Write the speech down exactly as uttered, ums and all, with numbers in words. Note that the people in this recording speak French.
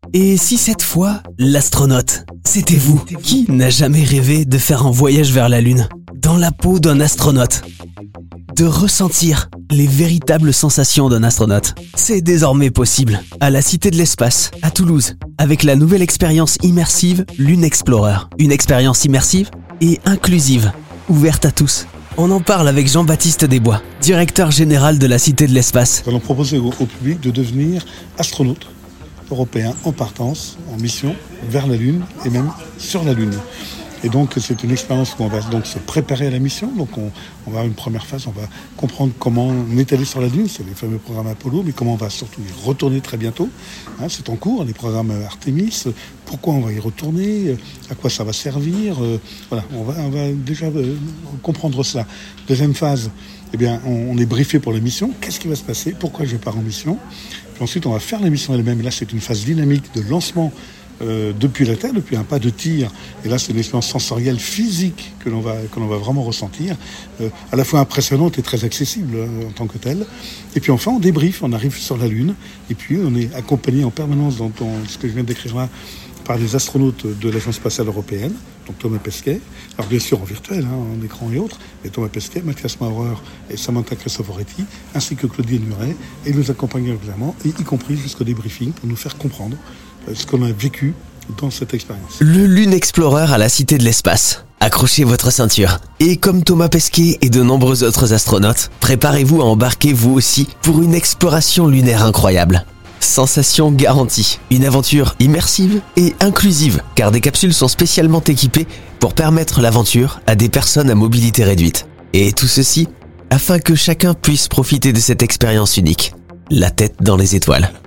Et si cette fois, l'astronaute, c'était vous? Qui n'a jamais rêvé de faire un voyage vers la Lune, dans la peau d'un astronaute? De ressentir les véritables sensations d'un astronaute. C'est désormais possible à la Cité de l'Espace, à Toulouse, avec la nouvelle expérience immersive Lune Explorer. Une expérience immersive et inclusive, ouverte à tous. On en parle avec Jean-Baptiste Desbois, directeur général de la Cité de l'Espace. Nous allons proposer au, au public de devenir astronaute européen en partance, en mission vers la Lune et même sur la Lune. Et donc c'est une expérience où on va donc se préparer à la mission. Donc on, on va avoir une première phase, on va comprendre comment on est allé sur la Lune, c'est les fameux programmes Apollo, mais comment on va surtout y retourner très bientôt. Hein, c'est en cours, les programmes Artemis, pourquoi on va y retourner, à quoi ça va servir. Euh, voilà, on va, on va déjà euh, comprendre cela. Deuxième phase, eh bien, on, on est briefé pour la mission. Qu'est-ce qui va se passer? Pourquoi je pars en mission? Puis ensuite, on va faire la mission elle-même. Et là, c'est une phase dynamique de lancement euh, depuis la Terre, depuis un pas de tir. Et là, c'est une expérience sensorielle physique que l'on va, que l'on va vraiment ressentir, euh, à la fois impressionnante et très accessible euh, en tant que telle. Et puis enfin, on débrief, on arrive sur la Lune. Et puis, on est accompagné en permanence dans, dans ce que je viens de décrire là, par des astronautes de l'Agence spatiale européenne, donc Thomas Pesquet, alors bien sûr en virtuel, hein, en écran et autres, et Thomas Pesquet, Mathias Maurer et Samantha Cristoforetti, ainsi que Claudine Muret, et nous accompagnons évidemment, et y compris jusqu'au débriefing, pour nous faire comprendre euh, ce qu'on a vécu dans cette expérience. Le Lune Explorer à la Cité de l'Espace. Accrochez votre ceinture. Et comme Thomas Pesquet et de nombreux autres astronautes, préparez-vous à embarquer vous aussi pour une exploration lunaire incroyable. Sensation garantie. Une aventure immersive et inclusive, car des capsules sont spécialement équipées pour permettre l'aventure à des personnes à mobilité réduite. Et tout ceci afin que chacun puisse profiter de cette expérience unique. La tête dans les étoiles.